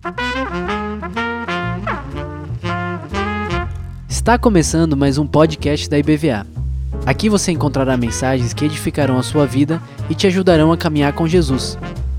Está começando mais um podcast da IBVA. Aqui você encontrará mensagens que edificarão a sua vida e te ajudarão a caminhar com Jesus.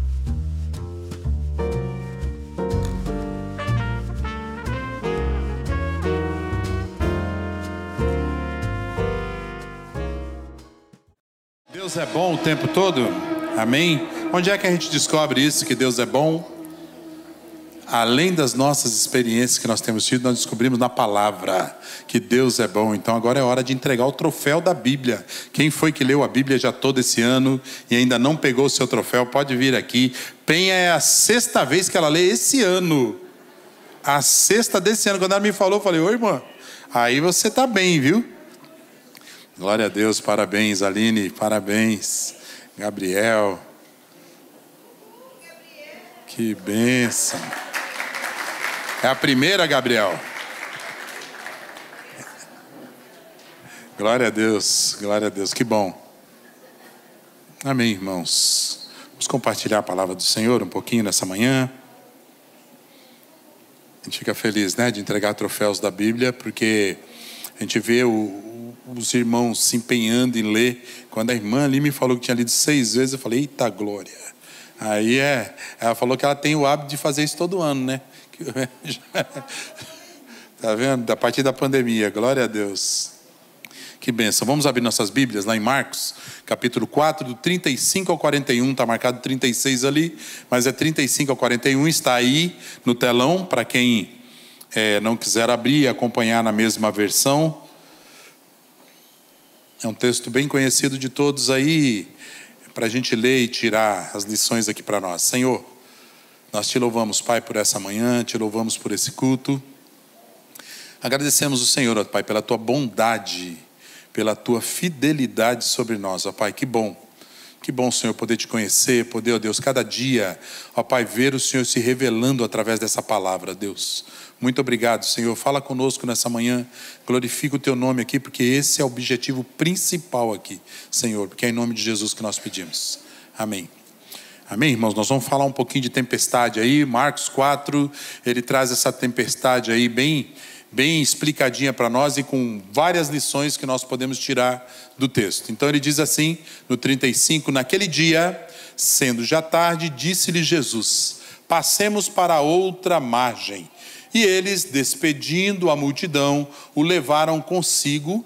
Deus é bom o tempo todo? Amém? Onde é que a gente descobre isso, que Deus é bom? Além das nossas experiências que nós temos tido, nós descobrimos na palavra que Deus é bom. Então agora é hora de entregar o troféu da Bíblia. Quem foi que leu a Bíblia já todo esse ano e ainda não pegou o seu troféu, pode vir aqui. Penha é a 6ª vez que ela lê esse ano. A 6ª desse ano. Quando ela me falou, eu falei: oi, irmã, aí você tá bem, viu? Glória a Deus, parabéns, Aline, parabéns, Gabriel. Que bênção. É a primeira, Gabriel. Glória a Deus, que bom. Amém, irmãos. Vamos compartilhar a palavra do Senhor um pouquinho nessa manhã. A gente fica feliz, né, de entregar troféus da Bíblia, porque a gente vê os irmãos se empenhando em ler. Quando a irmã ali me falou que tinha lido 6 vezes, eu falei: eita glória. Aí ela falou que ela tem o hábito de fazer isso todo ano, né? Tá vendo? A partir da pandemia, glória a Deus. Que bênção. Vamos abrir nossas Bíblias lá em Marcos, capítulo 4, do 35 ao 41. Está marcado 36 ali, mas é 35 ao 41. Está aí no telão, para quem não quiser abrir e acompanhar na mesma versão. É um texto bem conhecido de todos aí, para a gente ler e tirar as lições aqui para nós. Senhor, nós te louvamos, Pai, por essa manhã, te louvamos por esse culto. Agradecemos o Senhor, ó Pai, pela tua bondade, pela tua fidelidade sobre nós, ó Pai. Que bom, Senhor, poder te conhecer, poder, ó Deus, cada dia, ó Pai, ver o Senhor se revelando através dessa palavra, Deus. Muito obrigado, Senhor. Fala conosco nessa manhã, glorifica o teu nome aqui, porque esse é o objetivo principal aqui, Senhor, porque é em nome de Jesus que nós pedimos. Amém. Amém, irmãos? Nós vamos falar um pouquinho de tempestade aí. Marcos 4, ele traz essa tempestade aí bem explicadinha para nós e com várias lições que nós podemos tirar do texto. Então ele diz assim, no 35, naquele dia, sendo já tarde, disse-lhe Jesus: passemos para outra margem. E eles, despedindo a multidão, o levaram consigo,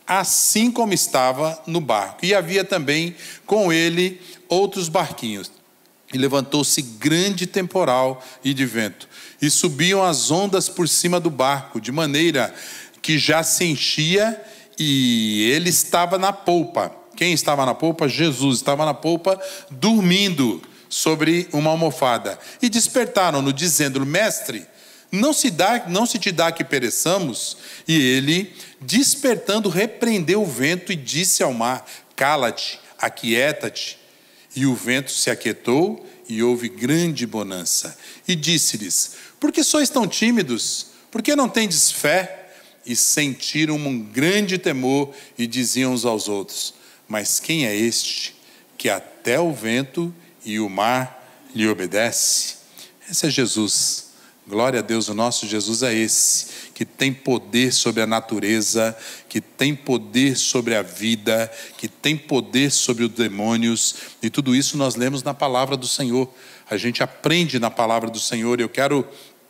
assim como estava no barco. E havia também com ele outros barquinhos. E levantou-se grande temporal e de vento, e subiam as ondas por cima do barco, de maneira que já se enchia, e ele estava na polpa. Quem estava na polpa? Jesus estava na polpa, dormindo sobre uma almofada. E despertaram-no, dizendo-lhe: mestre, não se te dá que pereçamos? E ele, despertando, repreendeu o vento e disse ao mar: cala-te, aquieta-te. E o vento se aquietou e houve grande bonança. E disse-lhes: por que sois tão tímidos? Por que não tendes fé? E sentiram um grande temor e diziam uns aos outros: mas quem é este que até o vento e o mar lhe obedece? Esse é Jesus. Glória a Deus, o nosso Jesus é esse, que tem poder sobre a natureza, que tem poder sobre a vida, que tem poder sobre os demônios, e tudo isso nós lemos na palavra do Senhor. A gente aprende na palavra do Senhor. Eu quero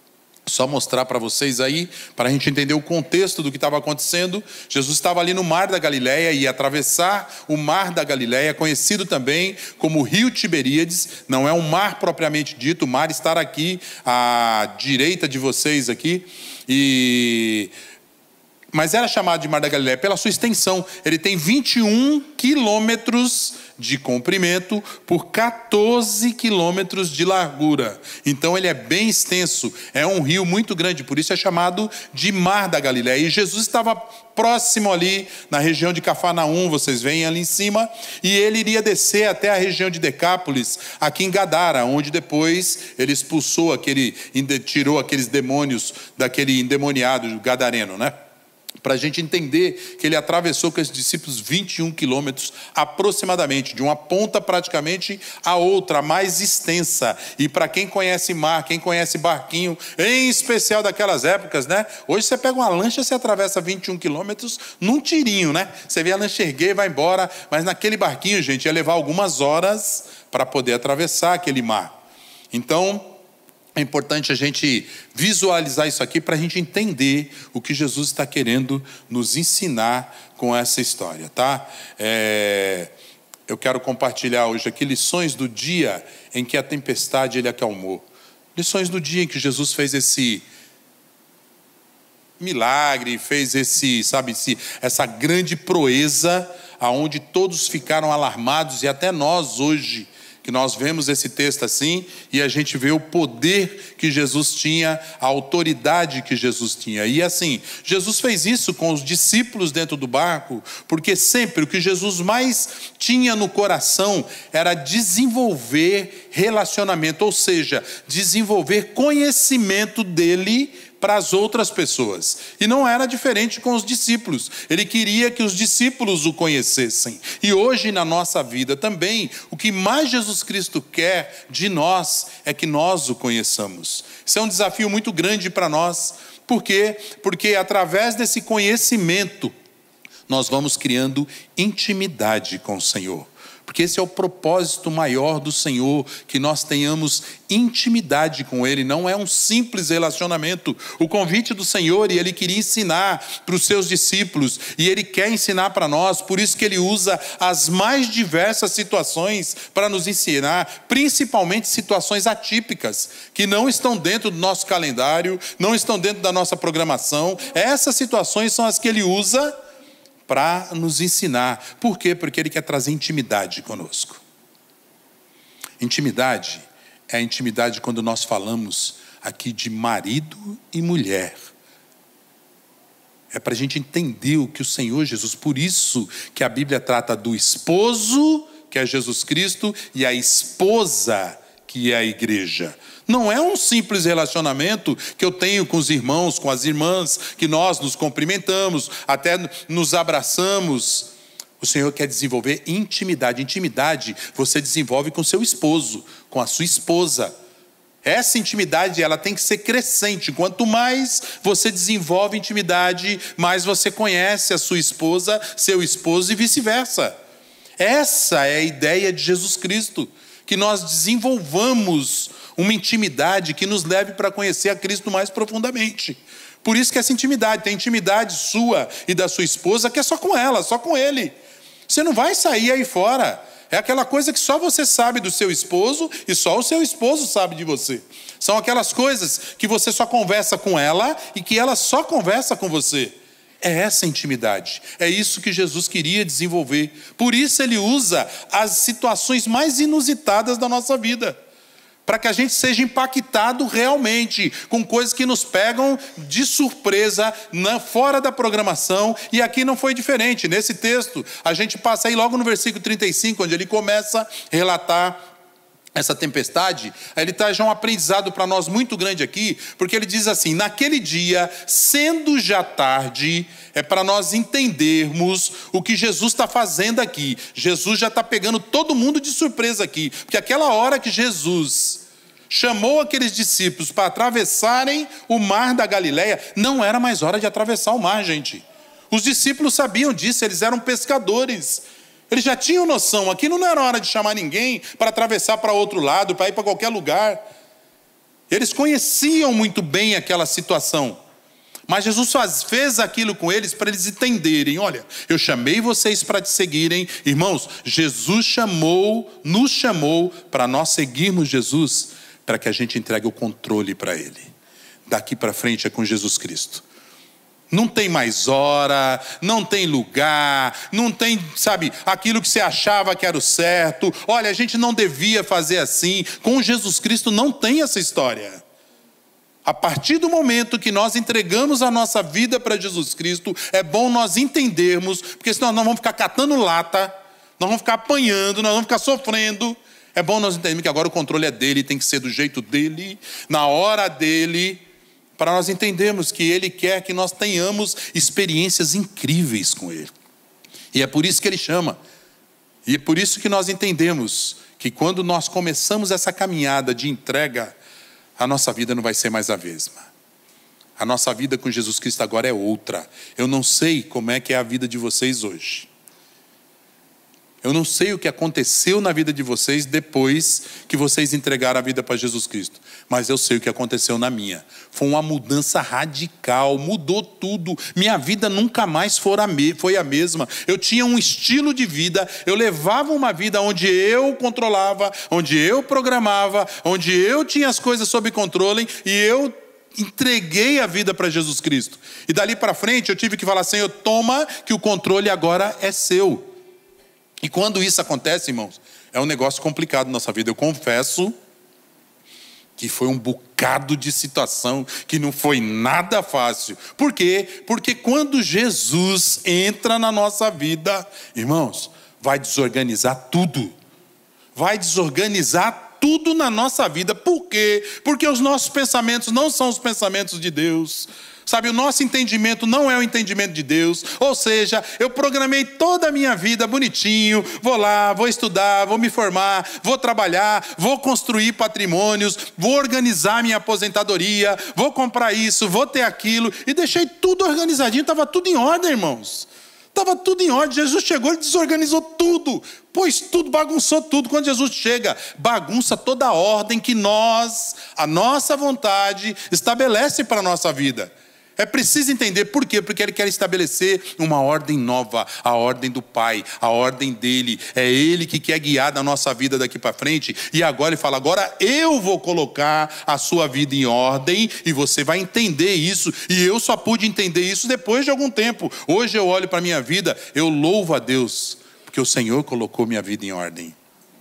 só mostrar para vocês aí, para a gente entender o contexto do que estava acontecendo. Jesus estava ali no mar da Galileia, e atravessar o mar da Galileia, conhecido também como Rio Tiberíades. Não é um mar propriamente dito, o mar está aqui à direita de vocês aqui, mas era chamado de Mar da Galileia pela sua extensão. Ele tem 21 quilômetros de comprimento por 14 quilômetros de largura. Então ele é bem extenso, é um rio muito grande, por isso é chamado de Mar da Galileia. E Jesus estava próximo ali na região de Cafarnaum, vocês veem ali em cima, e ele iria descer até a região de Decápolis, aqui em Gadara, onde depois ele expulsou tirou aqueles demônios daquele endemoniado gadareno, né? para a gente entender que ele atravessou com esses discípulos 21 quilômetros aproximadamente, de uma ponta praticamente à outra, mais extensa. E para quem conhece mar, quem conhece barquinho, em especial daquelas épocas, né? Hoje você pega uma lancha, você atravessa 21 quilômetros num tirinho, né? Você vê a lancha erguer e vai embora, mas naquele barquinho, gente, ia levar algumas horas para poder atravessar aquele mar. Então, é importante a gente visualizar isso aqui para a gente entender o que Jesus está querendo nos ensinar com essa história, tá? Eu quero compartilhar hoje aqui lições do dia em que a tempestade ele acalmou. Lições do dia em que Jesus fez esse milagre, fez essa grande proeza, aonde todos ficaram alarmados, e até nós hoje, que nós vemos esse texto assim, e a gente vê o poder que Jesus tinha, a autoridade que Jesus tinha. E assim, Jesus fez isso com os discípulos dentro do barco, porque sempre o que Jesus mais tinha no coração era desenvolver relacionamento, ou seja, desenvolver conhecimento dele para as outras pessoas. E não era diferente com os discípulos. Ele queria que os discípulos o conhecessem. E hoje na nossa vida também, o que mais Jesus Cristo quer de nós é que nós o conheçamos. Isso é um desafio muito grande para nós. Por quê? Porque através desse conhecimento, nós vamos criando intimidade com o Senhor. Porque esse é o propósito maior do Senhor, que nós tenhamos intimidade com Ele, não é um simples relacionamento. O convite do Senhor, e Ele queria ensinar para os seus discípulos, e Ele quer ensinar para nós, por isso que Ele usa as mais diversas situações para nos ensinar, principalmente situações atípicas, que não estão dentro do nosso calendário, não estão dentro da nossa programação. Essas situações são as que Ele usa para nos ensinar. Por quê? Porque Ele quer trazer intimidade conosco. Intimidade é a intimidade quando nós falamos aqui de marido e mulher. É para a gente entender o que o Senhor Jesus, por isso que a Bíblia trata do esposo, que é Jesus Cristo, e a esposa, que é a igreja. Não é um simples relacionamento que eu tenho com os irmãos, com as irmãs, que nós nos cumprimentamos, até nos abraçamos. O Senhor quer desenvolver intimidade. Intimidade você desenvolve com seu esposo, com a sua esposa. Essa intimidade, ela tem que ser crescente. Quanto mais você desenvolve intimidade, mais você conhece a sua esposa, seu esposo e vice-versa. Essa é a ideia de Jesus Cristo, que nós desenvolvamos uma intimidade que nos leve para conhecer a Cristo mais profundamente. Por isso que essa intimidade, tem intimidade sua e da sua esposa que é só com ela, só com ele. Você não vai sair aí fora. É aquela coisa que só você sabe do seu esposo e só o seu esposo sabe de você. São aquelas coisas que você só conversa com ela e que ela só conversa com você. É essa intimidade. É isso que Jesus queria desenvolver. Por isso Ele usa as situações mais inusitadas da nossa vida, para que a gente seja impactado realmente com coisas que nos pegam de surpresa, fora da programação. E aqui não foi diferente. Nesse texto, a gente passa aí logo no versículo 35, onde ele começa a relatar essa tempestade. Aí ele traz já um aprendizado para nós muito grande aqui, porque ele diz assim: naquele dia, sendo já tarde, é para nós entendermos o que Jesus está fazendo aqui. Jesus já está pegando todo mundo de surpresa aqui, porque aquela hora que Jesus chamou aqueles discípulos para atravessarem o mar da Galileia, não era mais hora de atravessar o mar, gente. Os discípulos sabiam disso, eles eram pescadores. Eles já tinham noção, aqui não era hora de chamar ninguém para atravessar para outro lado, para ir para qualquer lugar. Eles conheciam muito bem aquela situação. Mas Jesus fez aquilo com eles para eles entenderem: olha, eu chamei vocês para te seguirem. Irmãos, Jesus nos chamou para nós seguirmos Jesus, para que a gente entregue o controle para Ele. Daqui para frente é com Jesus Cristo. Não tem mais hora, não tem lugar, não tem, aquilo que você achava que era o certo. Olha, a gente não devia fazer assim. Com Jesus Cristo não tem essa história. A partir do momento que nós entregamos a nossa vida para Jesus Cristo, é bom nós entendermos, porque senão nós vamos ficar catando lata, nós vamos ficar apanhando, nós vamos ficar sofrendo. É bom nós entendermos que agora o controle é dele, tem que ser do jeito dele, na hora dele. para nós entendermos que Ele quer que nós tenhamos experiências incríveis com Ele. E é por isso que Ele chama. E é por isso que nós entendemos que quando nós começamos essa caminhada de entrega, a nossa vida não vai ser mais a mesma. A nossa vida com Jesus Cristo agora é outra. Eu não sei como é que é a vida de vocês hoje. Eu não sei o que aconteceu na vida de vocês depois que vocês entregaram a vida para Jesus Cristo. Mas eu sei o que aconteceu na minha. Foi uma mudança radical, mudou tudo. Minha vida nunca mais foi a mesma. Eu tinha um estilo de vida, eu levava uma vida onde eu controlava, onde eu programava, onde eu tinha as coisas sob controle e eu entreguei a vida para Jesus Cristo. E dali para frente eu tive que falar: Senhor, toma que o controle agora é seu. E quando isso acontece, irmãos, é um negócio complicado na nossa vida. Eu confesso que foi um bocado de situação que não foi nada fácil. Por quê? Porque quando Jesus entra na nossa vida, irmãos, vai desorganizar tudo. Vai desorganizar tudo na nossa vida. Por quê? Porque os nossos pensamentos não são os pensamentos de Deus. Sabe, o nosso entendimento não é o entendimento de Deus. Ou seja, eu programei toda a minha vida bonitinho. Vou lá, vou estudar, vou me formar, vou trabalhar, vou construir patrimônios, vou organizar minha aposentadoria, vou comprar isso, vou ter aquilo. E deixei tudo organizadinho, estava tudo em ordem, irmãos. Estava tudo em ordem. Jesus chegou e desorganizou tudo. Pôs tudo, bagunçou tudo. Quando Jesus chega, bagunça toda a ordem que a nossa vontade estabelece para a nossa vida. É preciso entender por quê? Porque Ele quer estabelecer uma ordem nova, a ordem do Pai, a ordem dEle. É Ele que quer guiar a nossa vida daqui para frente. E agora Ele fala: agora eu vou colocar a sua vida em ordem e você vai entender isso. E eu só pude entender isso depois de algum tempo. Hoje eu olho para a minha vida, eu louvo a Deus, porque o Senhor colocou minha vida em ordem.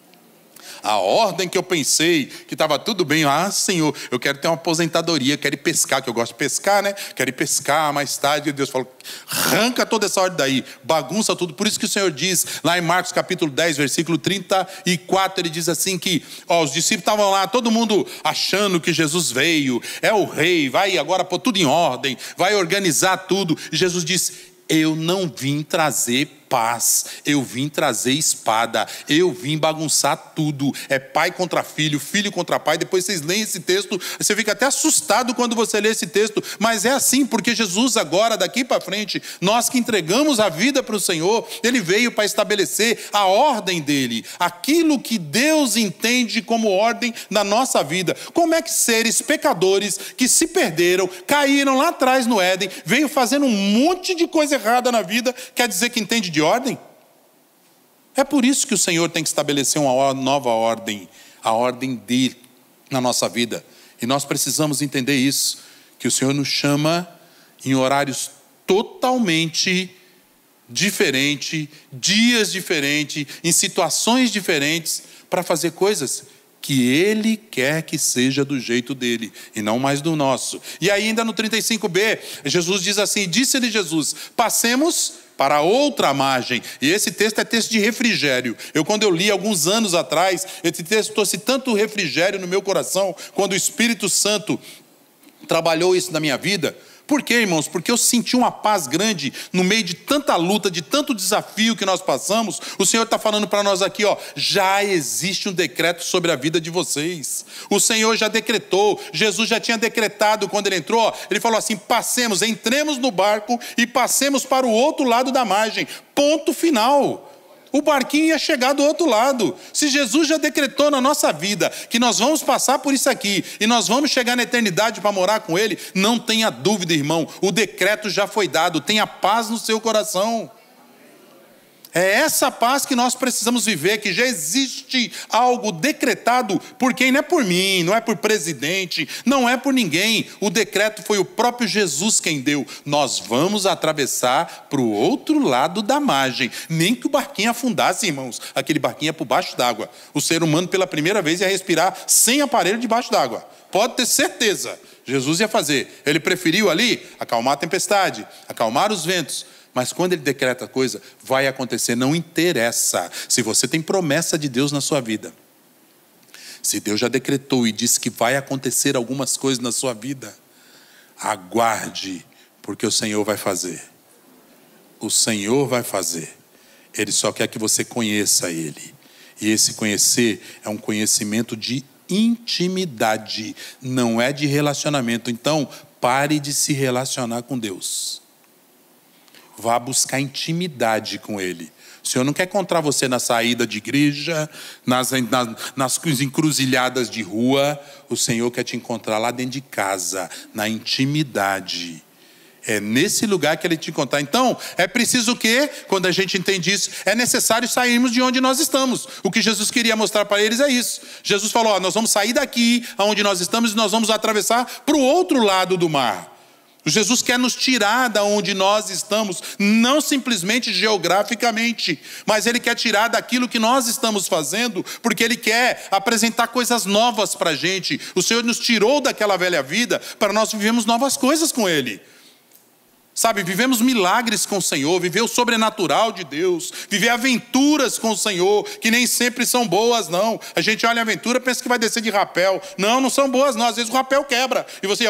A ordem que eu pensei que estava tudo bem. Senhor, eu quero ter uma aposentadoria, quero ir pescar, que eu gosto de pescar, né? Quero ir pescar mais tarde. E Deus falou: arranca toda essa ordem daí, bagunça tudo. Por isso que o Senhor diz, lá em Marcos capítulo 10, versículo 34, Ele diz assim que os discípulos estavam lá, todo mundo achando que Jesus veio, é o rei, vai agora pôr tudo em ordem, vai organizar tudo. E Jesus disse: eu não vim trazer paz, eu vim trazer espada, eu vim bagunçar tudo. É pai contra filho, filho contra pai. Depois vocês leem esse texto, você fica até assustado quando você lê esse texto, mas é assim, porque Jesus agora, daqui para frente, nós que entregamos a vida para o Senhor, Ele veio para estabelecer a ordem dEle, aquilo que Deus entende como ordem na nossa vida. Como é que seres pecadores que se perderam, caíram lá atrás no Éden, veio fazendo um monte de coisa errada na vida, quer dizer que entende de ordem? É por isso que o Senhor tem que estabelecer uma nova ordem, a ordem dele na nossa vida. E nós precisamos entender isso, que o Senhor nos chama em horários totalmente diferentes, dias diferentes, em situações diferentes, para fazer coisas que Ele quer que seja do jeito dele, e não mais do nosso. E ainda no 35b, Jesus diz assim: disse-lhe Jesus: passemos para outra margem. E esse texto é texto de refrigério. Quando eu li alguns anos atrás, esse texto trouxe tanto refrigério no meu coração, quando o Espírito Santo trabalhou isso na minha vida. Por quê, irmãos? Porque eu senti uma paz grande no meio de tanta luta, de tanto desafio que nós passamos. O Senhor está falando para nós aqui, já existe um decreto sobre a vida de vocês. O Senhor já decretou, Jesus já tinha decretado quando Ele entrou. Ele falou assim: passemos, entremos no barco e passemos para o outro lado da margem. Ponto final. O barquinho ia chegar do outro lado. Se Jesus já decretou na nossa vida que nós vamos passar por isso aqui e nós vamos chegar na eternidade para morar com Ele, não tenha dúvida, irmão, o decreto já foi dado. Tenha paz no seu coração. É essa paz que nós precisamos viver, que já existe algo decretado por quem? Não é por mim, não é por presidente, não é por ninguém. O decreto foi o próprio Jesus quem deu. Nós vamos atravessar para o outro lado da margem. Nem que o barquinho afundasse, irmãos. Aquele barquinho é por baixo d'água. O ser humano pela primeira vez ia respirar sem aparelho debaixo d'água. Pode ter certeza. Jesus ia fazer. Ele preferiu ali acalmar a tempestade, acalmar os ventos. Mas quando Ele decreta a coisa, vai acontecer. Não interessa se você tem promessa de Deus na sua vida. Se Deus já decretou e disse que vai acontecer algumas coisas na sua vida, Aguarde, porque o Senhor vai fazer. O Senhor vai fazer. Ele só quer que você conheça Ele. E esse conhecer é um conhecimento de intimidade, não é de relacionamento. Então, pare de se relacionar com Deus. Vá buscar intimidade com Ele. O Senhor não quer encontrar você na saída de igreja, nas encruzilhadas de rua. O Senhor quer te encontrar lá dentro de casa, na intimidade. É nesse lugar que Ele te encontrar. Então, é preciso que, quando a gente entende isso, é necessário sairmos de onde nós estamos. O que Jesus queria mostrar para eles é isso. Jesus falou, nós vamos sair daqui, onde nós estamos, e nós vamos atravessar para o outro lado do mar. Jesus quer nos tirar da onde nós estamos, não simplesmente geograficamente, mas Ele quer tirar daquilo que nós estamos fazendo, porque Ele quer apresentar coisas novas para a gente. O Senhor nos tirou daquela velha vida para nós vivermos novas coisas com Ele. Sabe, vivemos milagres com o Senhor, viver o sobrenatural de Deus, viver aventuras com o Senhor, que nem sempre são boas, não. A gente olha a aventura e pensa que vai descer de rapel. Não, não são boas, não. Às vezes o rapel quebra e você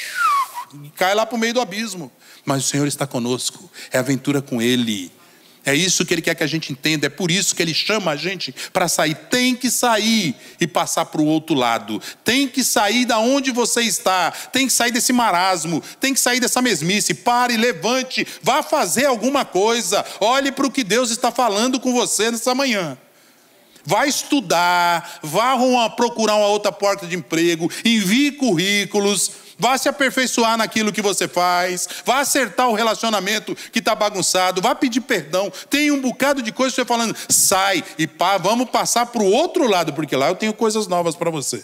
cai lá para o meio do abismo. Mas o Senhor está conosco, é aventura com Ele. É isso que Ele quer que a gente entenda, é por isso que Ele chama a gente para sair. Tem que sair e passar para o outro lado. Tem que sair da onde você está. Tem que sair desse marasmo. Tem que sair dessa mesmice. Pare, levante, vá fazer alguma coisa. Olhe para o que Deus está falando com você nessa manhã. Vá estudar, vá procurar uma outra porta de emprego, envie currículos, vá se aperfeiçoar naquilo que você faz, vá acertar o relacionamento que está bagunçado, vá pedir perdão. Tem um bocado de coisa que você falando, sai e vamos passar para o outro lado, porque lá eu tenho coisas novas para você.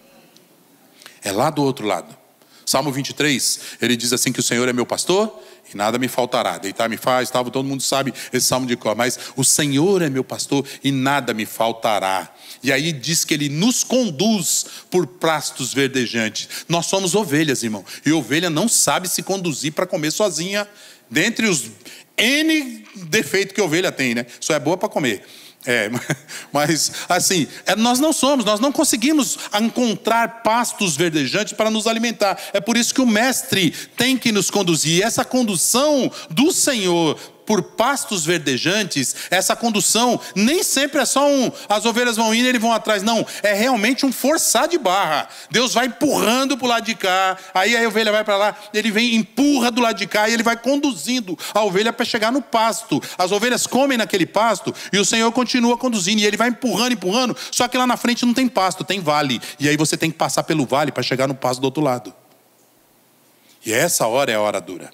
É lá do outro lado. Salmo 23, ele diz assim que o Senhor é meu pastor e nada me faltará. Deitar-me faz, todo mundo sabe esse salmo de cor. Mas o Senhor é meu pastor e nada me faltará. E aí diz que Ele nos conduz por pastos verdejantes. Nós somos ovelhas, irmão. E ovelha não sabe se conduzir para comer sozinha. Dentre os N defeitos que a ovelha tem, né? Só é boa para comer. Mas assim, nós não conseguimos encontrar pastos verdejantes para nos alimentar. É por isso que o mestre tem que nos conduzir. E essa condução do Senhor por pastos verdejantes, essa condução nem sempre é só as ovelhas vão indo e eles vão atrás, não, é realmente um forçar de barra. Deus vai empurrando para o lado de cá, aí a ovelha vai para lá, ele vem, empurra do lado de cá e ele vai conduzindo a ovelha para chegar no pasto. As ovelhas comem naquele pasto e o Senhor continua conduzindo e Ele vai empurrando, só que lá na frente não tem pasto, tem vale, e aí você tem que passar pelo vale para chegar no pasto do outro lado. E essa hora é a hora dura.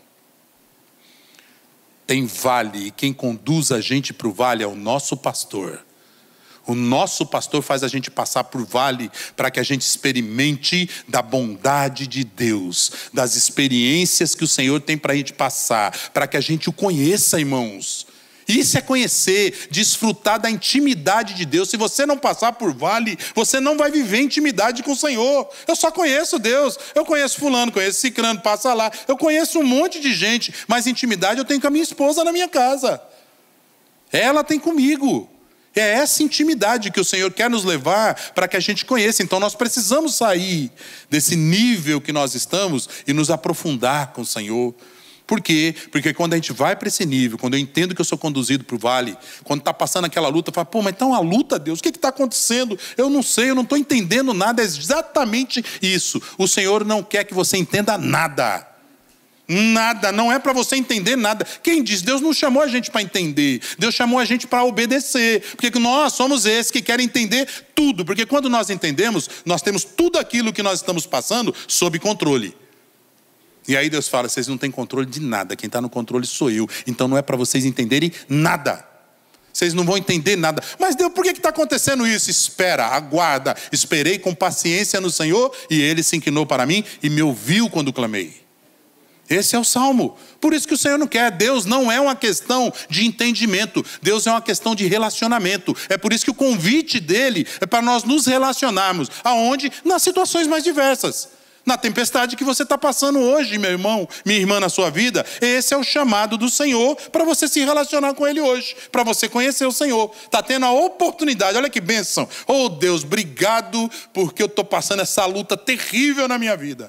Tem vale, e quem conduz a gente para o vale é o nosso pastor. O nosso pastor faz a gente passar por vale para que a gente experimente da bondade de Deus, das experiências que o Senhor tem para a gente passar, para que a gente o conheça, irmãos. Isso é conhecer, desfrutar da intimidade de Deus. Se você não passar por vale, você não vai viver intimidade com o Senhor. Eu só conheço Deus, eu conheço fulano, conheço cicrano, passa lá. Eu conheço um monte de gente, mas intimidade eu tenho com a minha esposa na minha casa. Ela tem comigo. É essa intimidade que o Senhor quer nos levar para que a gente conheça. Então nós precisamos sair desse nível que nós estamos e nos aprofundar com o Senhor. Por quê? Porque quando a gente vai para esse nível, quando eu entendo que eu sou conduzido para o vale, quando está passando aquela luta, eu falo, mas então a luta, Deus, o que está acontecendo? Eu não sei, eu não estou entendendo nada. É exatamente isso. O Senhor não quer que você entenda nada. Nada, não é para você entender nada. Quem diz? Deus não chamou a gente para entender. Deus chamou a gente para obedecer. Porque nós somos esses que querem entender tudo. Porque quando nós entendemos, nós temos tudo aquilo que nós estamos passando sob controle. E aí Deus fala, vocês não têm controle de nada, quem está no controle sou eu. Então não é para vocês entenderem nada. Vocês não vão entender nada. Mas Deus, por que está acontecendo isso? Espera, aguarda. Esperei com paciência no Senhor e Ele se inclinou para mim e me ouviu quando clamei. Esse é o Salmo. Por isso que o Senhor não quer. Deus não é uma questão de entendimento. Deus é uma questão de relacionamento. É por isso que o convite dele é para nós nos relacionarmos. Aonde? Nas situações mais diversas. Na tempestade que você está passando hoje, meu irmão, minha irmã, na sua vida. Esse é o chamado do Senhor para você se relacionar com Ele hoje. Para você conhecer o Senhor. Está tendo a oportunidade. Olha que bênção. Oh Deus, obrigado porque eu estou passando essa luta terrível na minha vida.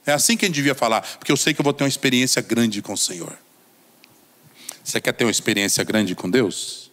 É assim que a gente devia falar, porque eu sei que eu vou ter uma experiência grande com o Senhor. Você quer ter uma experiência grande com Deus?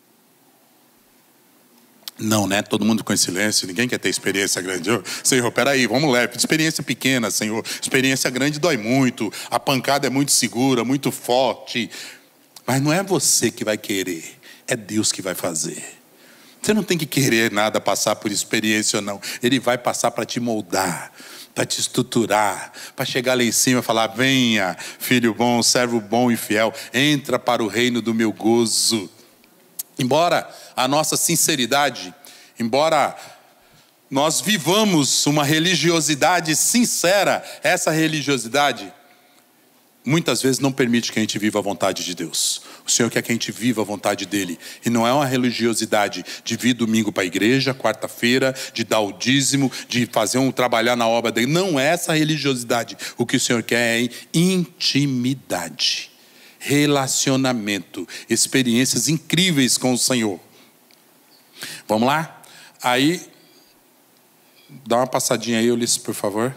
Não, né? Todo mundo com silêncio, ninguém quer ter experiência grande. Senhor, peraí, vamos lá, experiência pequena, Senhor. Experiência grande dói muito, a pancada é muito segura, muito forte. Mas não é você que vai querer, é Deus que vai fazer. Você não tem que querer nada passar por experiência ou não. Ele vai passar para te moldar, para te estruturar, para chegar lá em cima e falar: venha, filho bom, servo bom e fiel, entra para o reino do meu gozo. Embora a nossa sinceridade, embora nós vivamos uma religiosidade sincera, essa religiosidade muitas vezes não permite que a gente viva a vontade de Deus. O Senhor quer que a gente viva a vontade dEle. E não é uma religiosidade de vir domingo para a igreja, quarta-feira, de dar o dízimo, de trabalhar na obra dEle. Não é essa religiosidade. O que o Senhor quer é intimidade, relacionamento, experiências incríveis com o Senhor. Vamos lá? Aí, dá uma passadinha aí, Ulisses, por favor.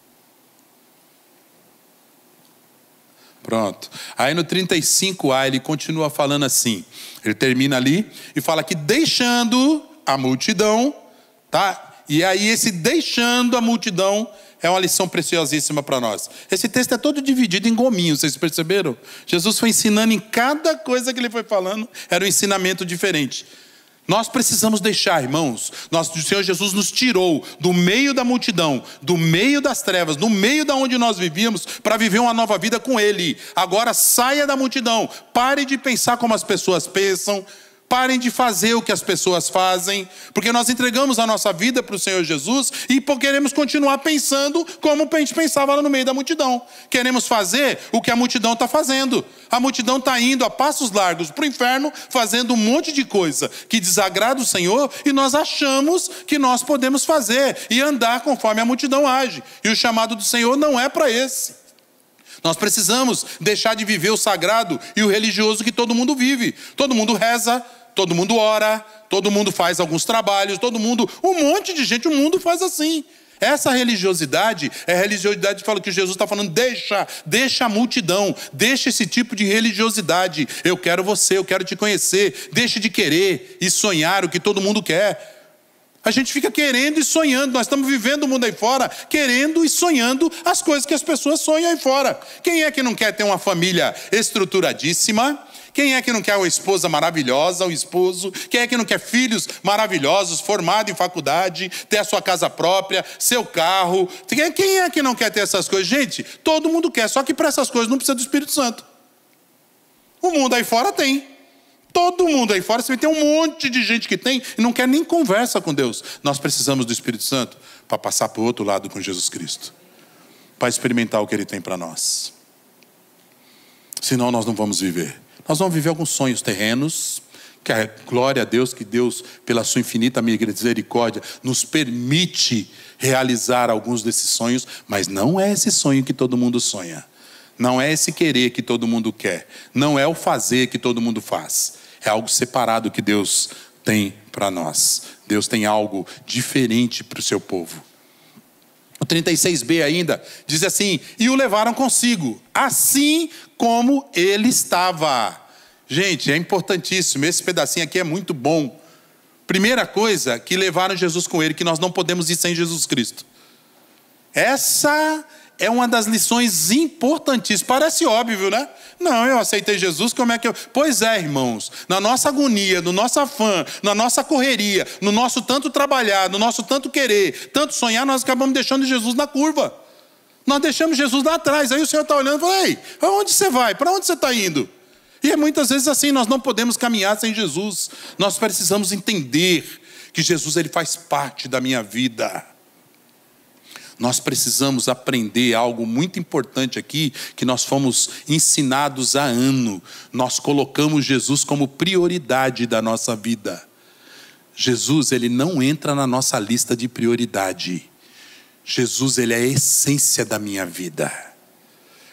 Pronto. Aí no 35a ele continua falando assim. Ele termina ali e fala que deixando a multidão, tá? E aí esse deixando a multidão é uma lição preciosíssima para nós. Esse texto é todo dividido em gominhos, vocês perceberam? Jesus foi ensinando em cada coisa que ele foi falando, era um ensinamento diferente. Nós precisamos deixar, irmãos, o Senhor Jesus nos tirou do meio da multidão, do meio das trevas, do meio da onde nós vivíamos, para viver uma nova vida com Ele. Agora saia da multidão, pare de pensar como as pessoas pensam, parem de fazer o que as pessoas fazem, porque nós entregamos a nossa vida para o Senhor Jesus e queremos continuar pensando como a gente pensava lá no meio da multidão. Queremos fazer o que a multidão está fazendo. A multidão está indo a passos largos para o inferno, fazendo um monte de coisa que desagrada o Senhor, e nós achamos que nós podemos fazer e andar conforme a multidão age. E o chamado do Senhor não é para esse. Nós precisamos deixar de viver o sagrado e o religioso que todo mundo vive. Todo mundo reza, todo mundo ora, todo mundo faz alguns trabalhos, um monte de gente, o mundo faz assim. Essa religiosidade é a religiosidade que fala que Jesus está falando: deixa a multidão, deixa esse tipo de religiosidade. Eu quero você, eu quero te conhecer. Deixe de querer e sonhar o que todo mundo quer. A gente fica querendo e sonhando. Nós estamos vivendo o mundo aí fora, querendo e sonhando as coisas que as pessoas sonham aí fora. Quem é que não quer ter uma família estruturadíssima? Quem é que não quer uma esposa maravilhosa, um esposo? Quem é que não quer filhos maravilhosos, formado em faculdade, ter a sua casa própria, seu carro? Quem é que não quer ter essas coisas? Gente, todo mundo quer, só que para essas coisas não precisa do Espírito Santo. O mundo aí fora tem. Todo mundo aí fora, você tem um monte de gente que tem e não quer nem conversa com Deus. Nós precisamos do Espírito Santo para passar para o outro lado com Jesus Cristo, para experimentar o que Ele tem para nós. Senão nós não vamos viver. Nós vamos viver alguns sonhos terrenos, que é glória a Deus, que Deus, pela sua infinita misericórdia, nos permite realizar alguns desses sonhos, mas não é esse sonho que todo mundo sonha. Não é esse querer que todo mundo quer. Não é o fazer que todo mundo faz. É algo separado que Deus tem para nós. Deus tem algo diferente para o seu povo. O 36b ainda diz assim: e o levaram consigo, assim como ele estava. Gente, é importantíssimo. Esse pedacinho aqui é muito bom. Primeira coisa, que levaram Jesus com ele, que nós não podemos ir sem Jesus Cristo. Essa é uma das lições importantíssimas. Parece óbvio, né? Não, eu aceitei Jesus, como é que eu... Pois é, irmãos, na nossa agonia, no nosso afã, na nossa correria, no nosso tanto trabalhar, no nosso tanto querer, tanto sonhar, nós acabamos deixando Jesus na curva. Nós deixamos Jesus lá atrás. Aí o Senhor está olhando e fala: ei, para onde você vai? Para onde você está indo? E é muitas vezes assim, nós não podemos caminhar sem Jesus. Nós precisamos entender que Jesus, ele faz parte da minha vida. Nós precisamos aprender algo muito importante aqui, que nós fomos ensinados há ano. Nós colocamos Jesus como prioridade da nossa vida. Jesus, ele não entra na nossa lista de prioridade. Jesus, ele é a essência da minha vida.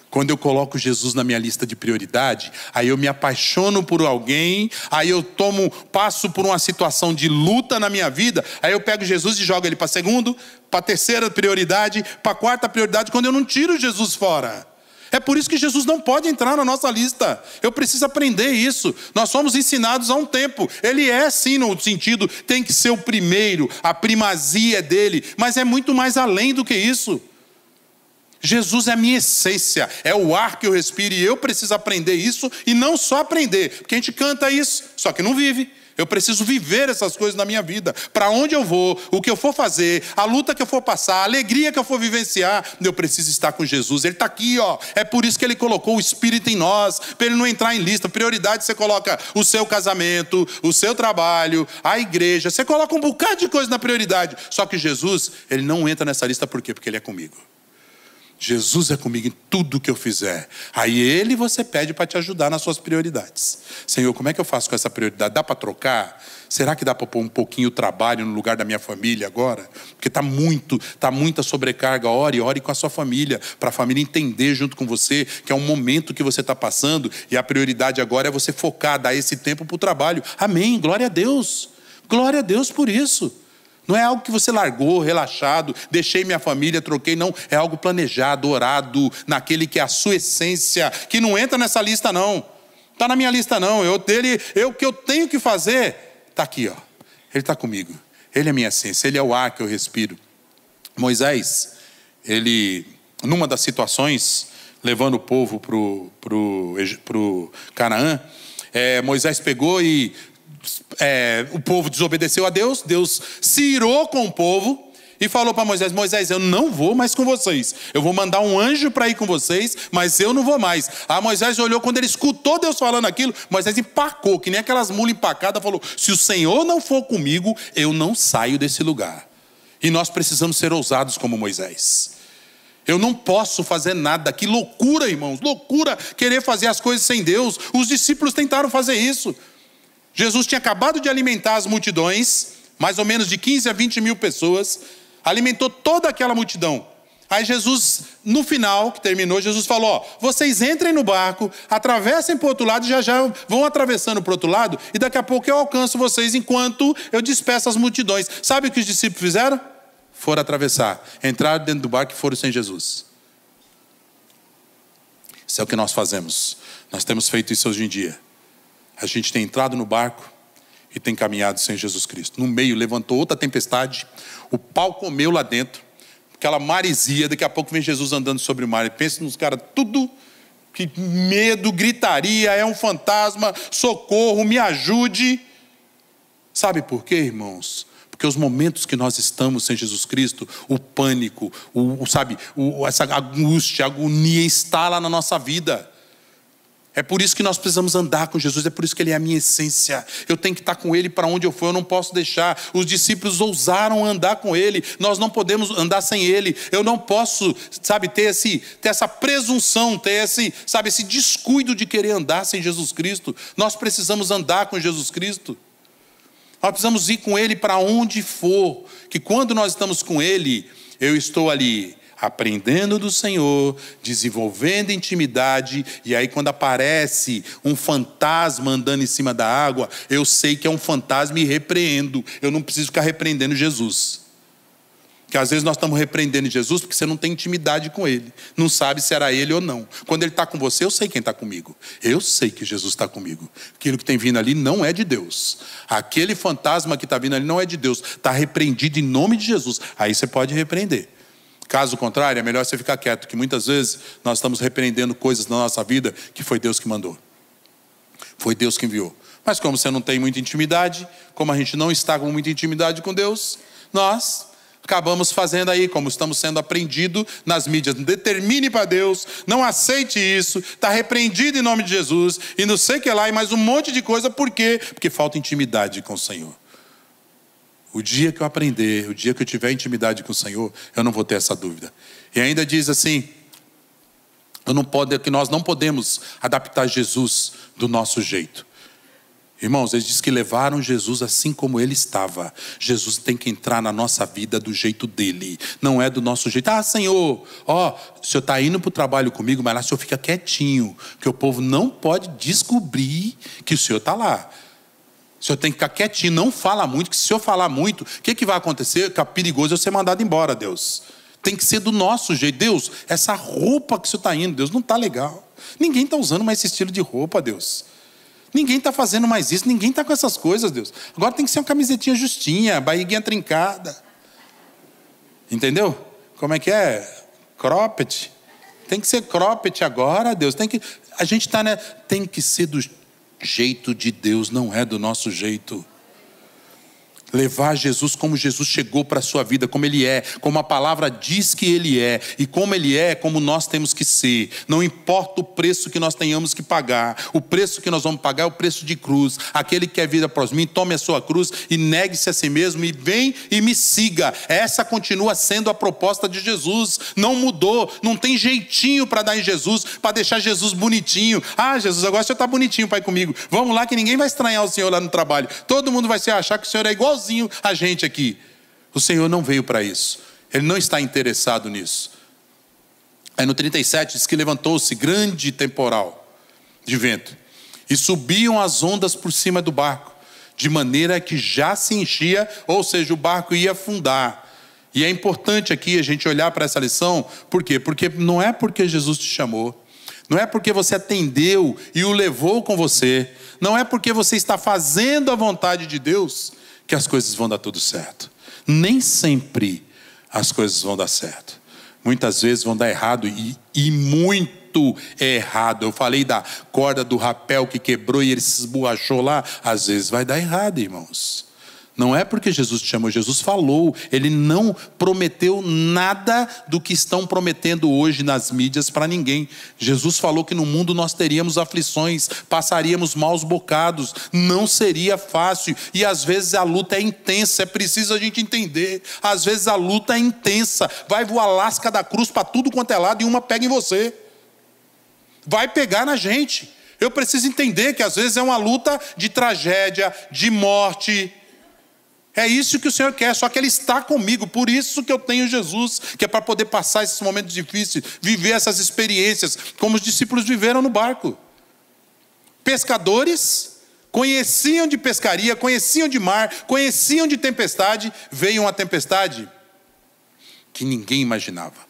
Quando eu coloco Jesus na minha lista de prioridade, aí eu me apaixono por alguém, aí eu passo por uma situação de luta na minha vida, aí eu pego Jesus e jogo ele para segundo, para terceira prioridade, para quarta prioridade, quando eu não tiro Jesus fora. É por isso que Jesus não pode entrar na nossa lista. Eu preciso aprender isso. Nós somos ensinados há um tempo. Ele é sim no sentido, tem que ser o primeiro, a primazia dele, mas é muito mais além do que isso. Jesus é a minha essência, é o ar que eu respiro, e eu preciso aprender isso, e não só aprender, porque a gente canta isso, só que não vive. Eu preciso viver essas coisas na minha vida. Para onde eu vou, o que eu for fazer, a luta que eu for passar, a alegria que eu for vivenciar, eu preciso estar com Jesus. Ele está aqui, ó. É por isso que ele colocou o Espírito em nós, para ele não entrar em lista. Prioridade, você coloca o seu casamento, o seu trabalho, a igreja. Você coloca um bocado de coisa na prioridade. Só que Jesus, ele não entra nessa lista, por quê? Porque ele é comigo. Jesus é comigo em tudo que eu fizer. Aí ele você pede para te ajudar nas suas prioridades. Senhor, como é que eu faço com essa prioridade? Dá para trocar? Será que dá para pôr um pouquinho o trabalho no lugar da minha família agora? Porque está muita sobrecarga. Ore com a sua família, para a família entender junto com você que é um momento que você está passando, e a prioridade agora é você focar, dar esse tempo para o trabalho. Amém, glória a Deus. Glória a Deus por isso. Não é algo que você largou, relaxado, deixei minha família, troquei, não. É algo planejado, orado, naquele que é a sua essência, que não entra nessa lista não. Está na minha lista não. O que eu tenho que fazer, está aqui, ó. Ele está comigo. Ele é a minha essência, ele é o ar que eu respiro. Moisés, ele, numa das situações, levando o povo pro Canaã, Moisés pegou e... o povo desobedeceu a Deus, Deus se irou com o povo e falou para Moisés: Moisés, eu não vou mais com vocês, eu vou mandar um anjo para ir com vocês, mas eu não vou mais. Moisés olhou, quando ele escutou Deus falando aquilo, Moisés empacou, que nem aquelas mulas empacadas, falou: se o Senhor não for comigo, eu não saio desse lugar. E nós precisamos ser ousados como Moisés. Eu não posso fazer nada. Que loucura, irmãos, loucura querer fazer as coisas sem Deus. Os discípulos tentaram fazer isso. Jesus tinha acabado de alimentar as multidões, mais ou menos de 15 a 20 mil pessoas, alimentou toda aquela multidão. Aí Jesus, no final, que terminou, Jesus falou: ó, vocês entrem no barco, atravessem para o outro lado, e já vão atravessando para o outro lado, e daqui a pouco eu alcanço vocês enquanto eu despeço as multidões. Sabe o que os discípulos fizeram? Foram atravessar, entraram dentro do barco e foram sem Jesus. Isso é o que nós fazemos. Nós temos feito isso hoje em dia. A gente tem entrado no barco e tem caminhado sem Jesus Cristo. No meio levantou outra tempestade, o pau comeu lá dentro, aquela maresia, daqui a pouco vem Jesus andando sobre o mar. E pensa nos caras, tudo que medo, gritaria, é um fantasma, socorro, me ajude. Sabe por quê, irmãos? Porque os momentos que nós estamos sem Jesus Cristo, o pânico, essa angústia, a agonia instala na nossa vida. É por isso que nós precisamos andar com Jesus, é por isso que ele é a minha essência. Eu tenho que estar com ele para onde eu for, eu não posso deixar. Os discípulos ousaram andar com ele, nós não podemos andar sem ele. Eu não posso, ter essa presunção, ter esse descuido de querer andar sem Jesus Cristo. Nós precisamos andar com Jesus Cristo. Nós precisamos ir com ele para onde for, que quando nós estamos com ele, eu estou ali aprendendo do Senhor, desenvolvendo intimidade, e aí quando aparece um fantasma andando em cima da água, eu sei que é um fantasma e repreendo. Eu não preciso ficar repreendendo Jesus. Porque às vezes nós estamos repreendendo Jesus porque você não tem intimidade com ele, não sabe se era ele ou não. Quando ele está com você, eu sei quem está comigo. Eu sei que Jesus está comigo. Aquilo que tem vindo ali não é de Deus. Aquele fantasma que está vindo ali não é de Deus. Está repreendido em nome de Jesus. Aí você pode repreender. Caso contrário, é melhor você ficar quieto, que muitas vezes nós estamos repreendendo coisas na nossa vida que foi Deus que mandou. Foi Deus que enviou. Mas como você não tem muita intimidade, como a gente não está com muita intimidade com Deus, nós acabamos fazendo aí, como estamos sendo aprendidos nas mídias. Determine para Deus, não aceite isso, está repreendido em nome de Jesus, e não sei o que lá, e mais um monte de coisa. Por quê? Porque falta intimidade com o Senhor. O dia que eu aprender, o dia que eu tiver intimidade com o Senhor, eu não vou ter essa dúvida. E ainda diz assim, que nós não podemos adaptar Jesus do nosso jeito. Irmãos, eles dizem que levaram Jesus assim como ele estava. Jesus tem que entrar na nossa vida do jeito dele, não é do nosso jeito. Senhor, o senhor está indo para o trabalho comigo, mas lá o senhor fica quietinho, que o povo não pode descobrir que o senhor está lá. O senhor tem que ficar quietinho, não fala muito, que se o senhor falar muito, o que vai acontecer? Que é perigoso eu ser mandado embora, Deus. Tem que ser do nosso jeito. Deus, essa roupa que o senhor está indo, Deus, não está legal. Ninguém está usando mais esse estilo de roupa, Deus. Ninguém está fazendo mais isso, ninguém está com essas coisas, Deus. Agora tem que ser uma camisetinha justinha, barriguinha trincada. Entendeu? Como é que é? Cropped. Tem que ser cropped agora, Deus. A gente está, né? Tem que ser do jeito de Deus, não é do nosso jeito. Levar Jesus como Jesus chegou para a sua vida, como Ele é, como a palavra diz que Ele é, e como Ele é, como nós temos que ser. Não importa o preço que nós tenhamos que pagar, o preço que nós vamos pagar é o preço de cruz. Aquele que quer vir após mim, tome a sua cruz e negue-se a si mesmo e vem e me siga. Essa continua sendo a proposta de Jesus, não mudou, não tem jeitinho para dar em Jesus, para deixar Jesus bonitinho. Jesus, agora o senhor está bonitinho, Pai, comigo. Vamos lá que ninguém vai estranhar o senhor lá no trabalho. Todo mundo vai se achar que o senhor é igualzinho a gente aqui. O Senhor não veio para isso. Ele não está interessado nisso. Aí no 37 diz que levantou-se grande temporal de vento e subiam as ondas por cima do barco, de maneira que já se enchia, ou seja, o barco ia afundar. E é importante aqui a gente olhar para essa lição. Por quê? Porque não é porque Jesus te chamou, não é porque você atendeu e o levou com você, não é porque você está fazendo a vontade de Deus que as coisas vão dar tudo certo. Nem sempre as coisas vão dar certo. Muitas vezes vão dar errado e muito errado. Eu falei da corda do rapel que quebrou e ele se esborrachou lá. Às vezes vai dar errado, irmãos. Não é porque Jesus te chamou, Jesus falou. Ele não prometeu nada do que estão prometendo hoje nas mídias para ninguém. Jesus falou que no mundo nós teríamos aflições, passaríamos maus bocados, não seria fácil. E às vezes a luta é intensa, é preciso a gente entender. Às vezes a luta é intensa, vai voar lasca da cruz para tudo quanto é lado e uma pega em você. Vai pegar na gente. Eu preciso entender que às vezes é uma luta de tragédia, de morte. É isso que o Senhor quer, só que Ele está comigo, por isso que eu tenho Jesus, que é para poder passar esses momentos difíceis, viver essas experiências, como os discípulos viveram no barco. Pescadores, conheciam de pescaria, conheciam de mar, conheciam de tempestade, veio uma tempestade que ninguém imaginava.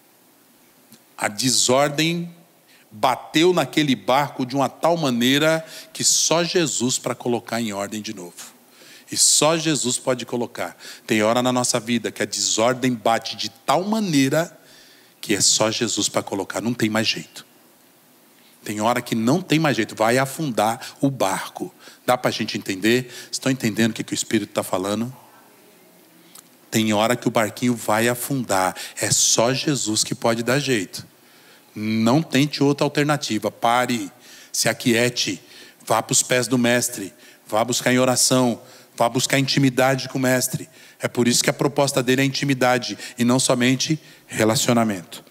A desordem bateu naquele barco de uma tal maneira que só Jesus para colocar em ordem de novo. E só Jesus pode colocar. Tem hora na nossa vida que a desordem bate de tal maneira que é só Jesus para colocar. Não tem mais jeito. Tem hora que não tem mais jeito. Vai afundar o barco. Dá para a gente entender? Estão entendendo o que o Espírito está falando? Tem hora que o barquinho vai afundar. É só Jesus que pode dar jeito. Não tente outra alternativa. Pare, se aquiete, vá para os pés do Mestre, vá buscar em oração, vá buscar intimidade com o Mestre. É por isso que a proposta dele é intimidade e não somente relacionamento.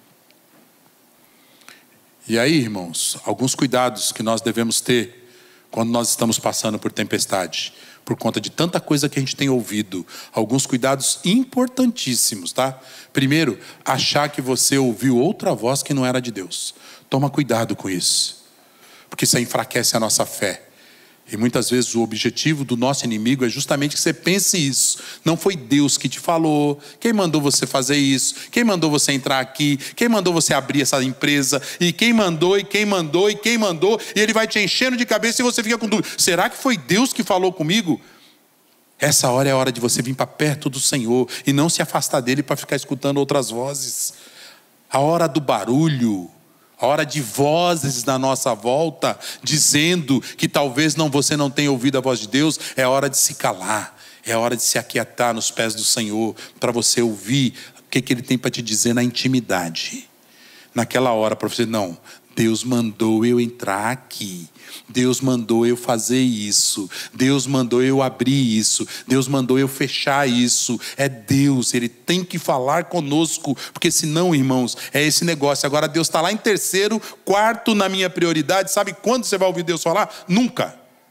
E aí, irmãos, alguns cuidados que nós devemos ter quando nós estamos passando por tempestade, por conta de tanta coisa que a gente tem ouvido. Alguns cuidados importantíssimos, tá? Primeiro, achar que você ouviu outra voz que não era de Deus. Toma cuidado com isso, porque isso enfraquece a nossa fé. E muitas vezes o objetivo do nosso inimigo é justamente que você pense isso. Não foi Deus que te falou. Quem mandou você fazer isso? Quem mandou você entrar aqui? Quem mandou você abrir essa empresa? E quem mandou, e quem mandou, e quem mandou? E ele vai te enchendo de cabeça e você fica com dúvida. Será que foi Deus que falou comigo? Essa hora é a hora de você vir para perto do Senhor e não se afastar dele para ficar escutando outras vozes. A hora do barulho, a hora de vozes na nossa volta, dizendo que talvez você não tenha ouvido a voz de Deus, é a hora de se calar, é a hora de se aquietar nos pés do Senhor, para você ouvir o que Ele tem para te dizer na intimidade. Naquela hora, para você, não, Deus mandou eu entrar aqui, Deus mandou eu fazer isso, Deus mandou eu abrir isso, Deus mandou eu fechar isso. É Deus, Ele tem que falar conosco, porque senão, irmãos, é esse negócio. Agora Deus está lá em terceiro, quarto na minha prioridade. Sabe quando você vai ouvir Deus falar? Nunca.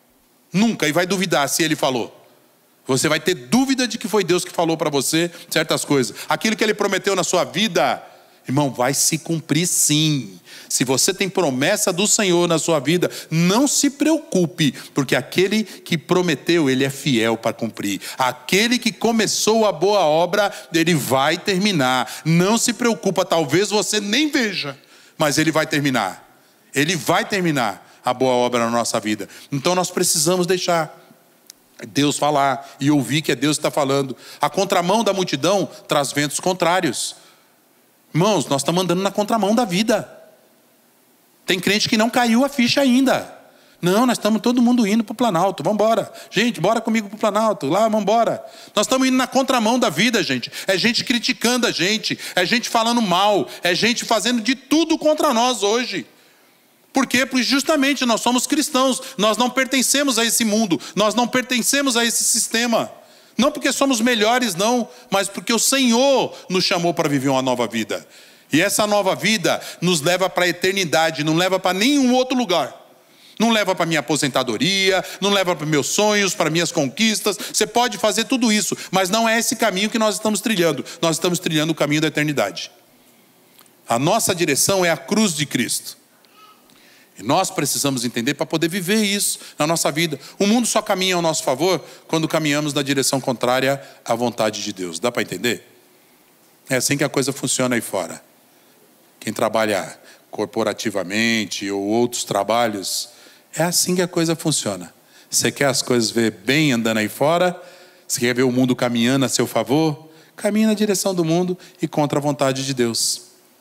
Nunca. E vai duvidar se ele falou. Você vai ter dúvida de que foi Deus que falou para você certas coisas. Aquilo que ele prometeu na sua vida, irmão, vai se cumprir sim. Se você tem promessa do Senhor na sua vida, não se preocupe, porque aquele que prometeu, ele é fiel para cumprir. Aquele que começou a boa obra, ele vai terminar. Não se preocupa, talvez você nem veja, mas ele vai terminar. Ele vai terminar a boa obra na nossa vida. Então nós precisamos deixar Deus falar e ouvir que é Deus que está falando. A contramão da multidão traz ventos contrários. Irmãos, nós estamos andando na contramão da vida. Tem crente que não caiu a ficha ainda. Não, nós estamos todo mundo indo para o Planalto. Vamos embora. Gente, bora comigo para o Planalto. Lá, vamos embora. Nós estamos indo na contramão da vida, gente. É gente criticando a gente. É gente falando mal. É gente fazendo de tudo contra nós hoje. Por quê? Porque justamente nós somos cristãos. Nós não pertencemos a esse mundo. Nós não pertencemos a esse sistema. Não porque somos melhores, não. Mas porque o Senhor nos chamou para viver uma nova vida. E essa nova vida nos leva para a eternidade, não leva para nenhum outro lugar. Não leva para minha aposentadoria, não leva para meus sonhos, para minhas conquistas. Você pode fazer tudo isso, mas não é esse caminho que nós estamos trilhando. Nós estamos trilhando o caminho da eternidade. A nossa direção é a cruz de Cristo. E nós precisamos entender para poder viver isso na nossa vida. O mundo só caminha ao nosso favor quando caminhamos na direção contrária à vontade de Deus. Dá para entender? É assim que a coisa funciona aí fora. Quem trabalha corporativamente ou outros trabalhos, é assim que a coisa funciona. Você quer as coisas ver bem andando aí fora? Você quer ver o mundo caminhando a seu favor? Caminhe na direção do mundo e contra a vontade de Deus.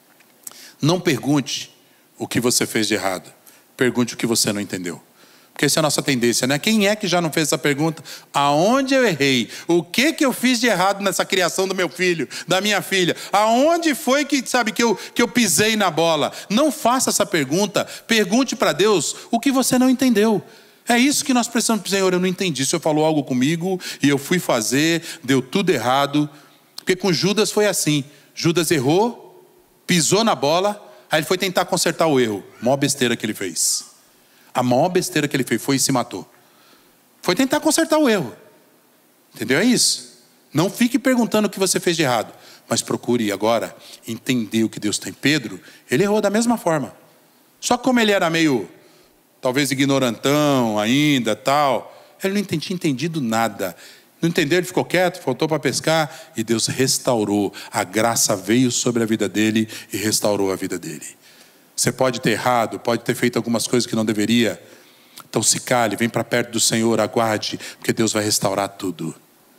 Não pergunte o que você fez de errado. Pergunte o que você não entendeu. Porque essa é a nossa tendência, né? Quem é que já não fez essa pergunta? Aonde eu errei? O que eu fiz de errado nessa criação do meu filho, da minha filha? Aonde foi que eu pisei na bola? Não faça essa pergunta. Pergunte para Deus o que você não entendeu. É isso que nós precisamos. Senhor, eu não entendi. O Senhor falou algo comigo e eu fui fazer, deu tudo errado. Porque com Judas foi assim. Judas errou, pisou na bola, aí ele foi tentar consertar o erro. Maior besteira que ele fez. A maior besteira que ele fez foi e se matou. Foi tentar consertar o erro. Entendeu? É isso. Não fique perguntando o que você fez de errado. Mas procure agora entender o que Deus tem. Pedro, ele errou da mesma forma. Só que como ele era meio, talvez ignorantão ainda, tal. Ele não tinha entendido nada. Não entendeu, ele ficou quieto, voltou para pescar. E Deus restaurou. A graça veio sobre a vida dele e restaurou a vida dele. Você pode ter errado, pode ter feito algumas coisas que não deveria. Então se cale, vem para perto do Senhor, aguarde, porque Deus vai restaurar tudo.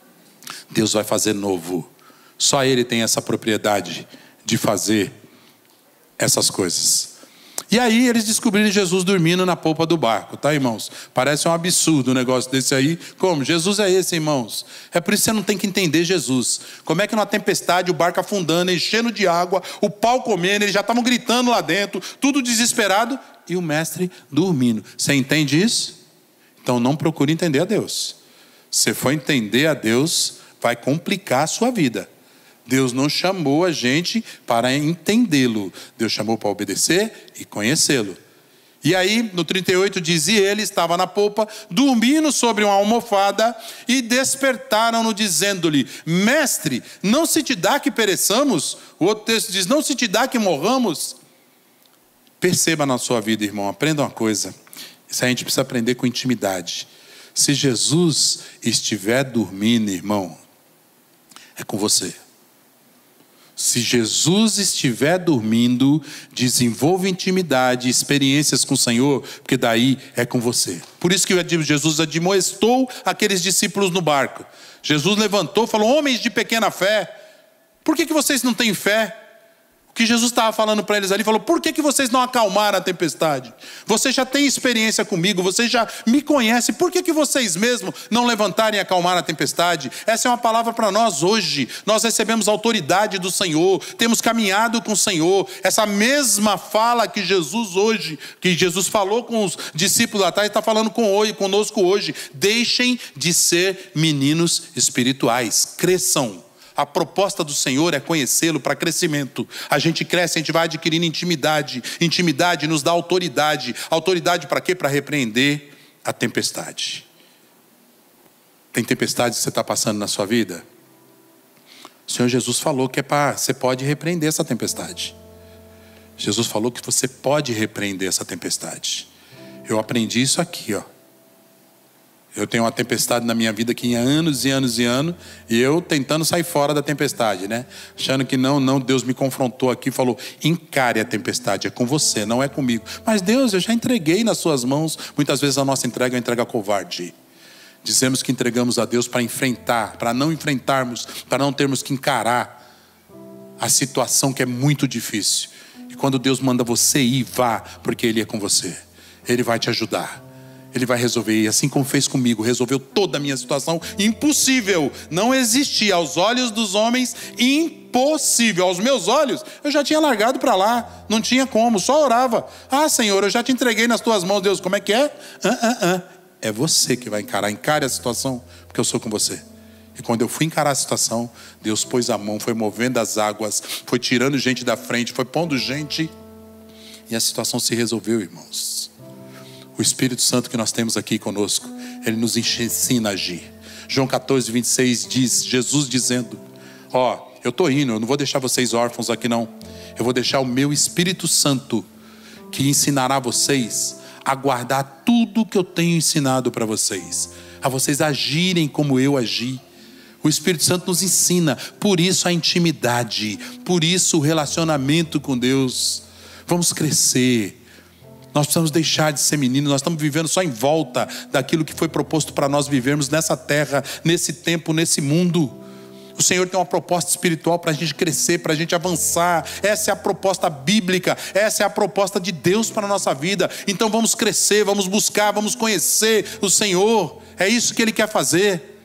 Deus vai fazer novo. Só Ele tem essa propriedade de fazer essas coisas. E aí eles descobriram Jesus dormindo na polpa do barco, tá, irmãos? Parece um absurdo um negócio desse aí. Como? Jesus é esse, irmãos. É por isso que você não tem que entender Jesus. Como é que numa tempestade, o barco afundando, enchendo de água, o pau comendo, eles já estavam gritando lá dentro, tudo desesperado, e o mestre dormindo. Você entende isso? Então não procure entender a Deus. Se for entender a Deus, vai complicar a sua vida. Deus não chamou a gente para entendê-lo. Deus chamou para obedecer e conhecê-lo. E aí, no 38 diz, e ele estava na polpa, dormindo sobre uma almofada, e despertaram-no dizendo-lhe, mestre, não se te dá que pereçamos? O outro texto diz, não se te dá que morramos? Perceba na sua vida, irmão, aprenda uma coisa. Isso a gente precisa aprender com intimidade. Se Jesus estiver dormindo, irmão, é com você. Se Jesus estiver dormindo, desenvolva intimidade, experiências com o Senhor, porque daí é com você. Por isso que Jesus admoestou aqueles discípulos no barco. Jesus levantou e falou, homens de pequena fé, por que vocês não têm fé? O que Jesus estava falando para eles ali, falou, por que vocês não acalmaram a tempestade? Vocês já têm experiência comigo, vocês já me conhecem, por que vocês mesmos não levantarem e acalmar a tempestade? Essa é uma palavra para nós hoje. Nós recebemos autoridade do Senhor, temos caminhado com o Senhor. Essa mesma fala que Jesus hoje, que Jesus falou com os discípulos lá atrás, está falando conosco hoje. Deixem de ser meninos espirituais, cresçam. A proposta do Senhor é conhecê-lo para crescimento. A gente cresce, a gente vai adquirindo intimidade. Intimidade nos dá autoridade. Autoridade para quê? Para repreender a tempestade. Tem tempestades que você está passando na sua vida? O Senhor Jesus falou que você pode repreender essa tempestade. Jesus falou que você pode repreender essa tempestade. Eu aprendi isso aqui, ó. Eu tenho uma tempestade na minha vida que há anos e anos e anos, e eu tentando sair fora da tempestade, né? Achando que não, Deus me confrontou aqui e falou: encare a tempestade, é com você, não é comigo. Mas Deus, eu já entreguei nas suas mãos. Muitas vezes a nossa entrega é uma entrega covarde. Dizemos que entregamos a Deus para enfrentar, para não enfrentarmos, para não termos que encarar a situação que é muito difícil. E quando Deus manda você ir, vá, porque Ele é com você. Ele vai te ajudar. Ele vai resolver, e assim como fez comigo, resolveu toda a minha situação impossível. Não existia aos olhos dos homens, impossível. Aos meus olhos, eu já tinha largado para lá, não tinha como, só orava. Ah, Senhor, eu já te entreguei nas tuas mãos. Deus, como é que é? É você que vai encarar. Encare a situação, porque eu sou com você. E quando eu fui encarar a situação, Deus pôs a mão, foi movendo as águas, foi tirando gente da frente, foi pondo gente, e a situação se resolveu, irmãos. O Espírito Santo que nós temos aqui conosco, Ele nos ensina a agir. João 14, 26 diz, Jesus dizendo: ó, eu estou indo, eu não vou deixar vocês órfãos aqui não. Eu vou deixar o meu Espírito Santo, que ensinará vocês a guardar tudo que eu tenho ensinado para vocês, a vocês agirem como eu agi. O Espírito Santo nos ensina, por isso a intimidade, por isso o relacionamento com Deus. Vamos crescer. Nós precisamos deixar de ser menino. Nós estamos vivendo só em volta daquilo que foi proposto para nós vivermos nessa terra, nesse tempo, nesse mundo. O Senhor tem uma proposta espiritual para a gente crescer, para a gente avançar. Essa é a proposta bíblica, essa é a proposta de Deus para a nossa vida. Então vamos crescer, vamos buscar, vamos conhecer o Senhor. É isso que Ele quer fazer.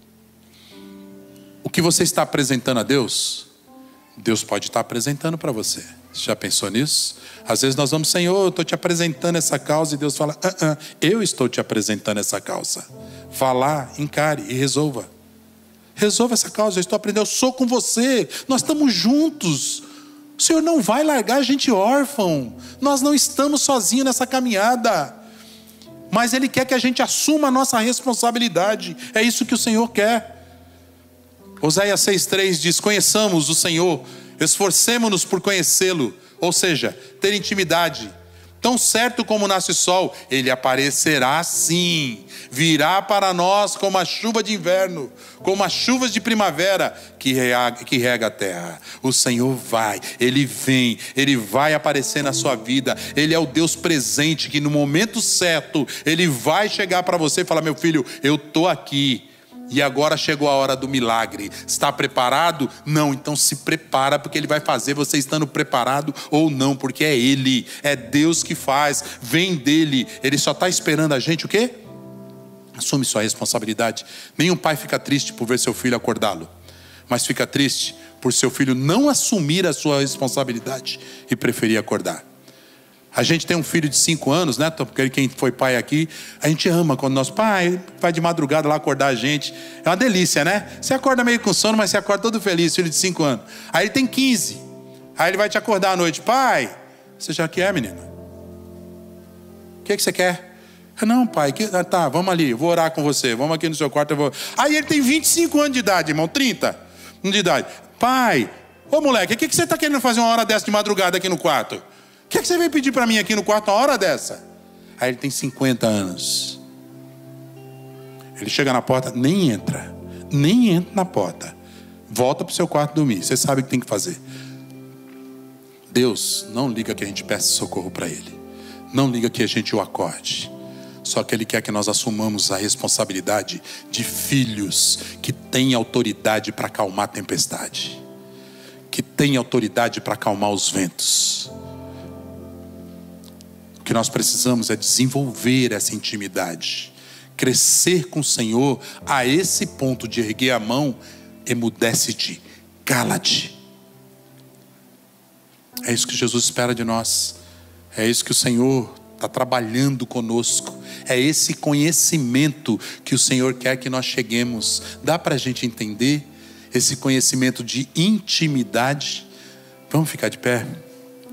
O que você está apresentando a Deus, Deus pode estar apresentando para você. Você já pensou nisso? Às vezes nós vamos: Senhor, eu estou te apresentando essa causa, e Deus fala: eu estou te apresentando essa causa. Vá lá, encare e resolva. Resolva essa causa, eu estou aprendendo, eu sou com você, nós estamos juntos. O Senhor não vai largar a gente órfão. Nós não estamos sozinhos nessa caminhada. Mas Ele quer que a gente assuma a nossa responsabilidade. É isso que o Senhor quer. Oséias 6,3 diz: conheçamos o Senhor, esforcemo-nos por conhecê-lo. Ou seja, ter intimidade. Tão certo como nasce o sol, Ele aparecerá sim. Virá para nós como a chuva de inverno, como as chuvas de primavera que rega a terra. O Senhor vai, Ele vem, Ele vai aparecer na sua vida. Ele é o Deus presente que no momento certo, Ele vai chegar para você e falar: meu filho, eu estou aqui. E agora chegou a hora do milagre. Está preparado? Não, então se prepara, porque Ele vai fazer você estando preparado ou não, porque é Ele, é Deus que faz, vem dEle. Ele só está esperando a gente o quê? Assume sua responsabilidade. Nenhum pai fica triste por ver seu filho acordá-lo, mas fica triste por seu filho não assumir a sua responsabilidade e preferir acordar. A gente tem um filho de 5 anos, né? Porque quem foi pai aqui, a gente ama quando nosso pai vai de madrugada lá acordar a gente. É uma delícia, né? Você acorda meio com sono, mas você acorda todo feliz, filho de 5 anos. Aí ele tem 15. Aí ele vai te acordar à noite: pai, você já quer, menino? O que você quer? Não, pai, tá, vamos ali, eu vou orar com você. Vamos aqui no seu quarto, eu vou. Aí ele tem 25 anos de idade, irmão, 30 de idade. Pai, ô moleque, o que você está querendo fazer uma hora dessa de madrugada aqui no quarto? O que você veio pedir para mim aqui no quarto uma hora dessa? Aí ele tem 50 anos. Ele chega na porta, nem entra na porta. Volta para o seu quarto dormir. Você sabe o que tem que fazer. Deus não liga que a gente peça socorro para Ele. Não liga que a gente o acorde. Só que Ele quer que nós assumamos a responsabilidade de filhos que têm autoridade para acalmar a tempestade, que têm autoridade para acalmar os ventos. O que nós precisamos é desenvolver essa intimidade, crescer com o Senhor a esse ponto de erguer a mão: emudece-te, cala-te. É isso que Jesus espera de nós. É isso que o Senhor está trabalhando conosco. É esse conhecimento que o Senhor quer que nós cheguemos. Dá para a gente entender esse conhecimento de intimidade? Vamos ficar de pé?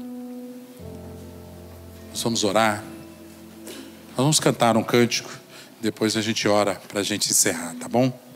Nós vamos orar. Nós vamos cantar um cântico. Depois a gente ora para a gente encerrar, tá bom?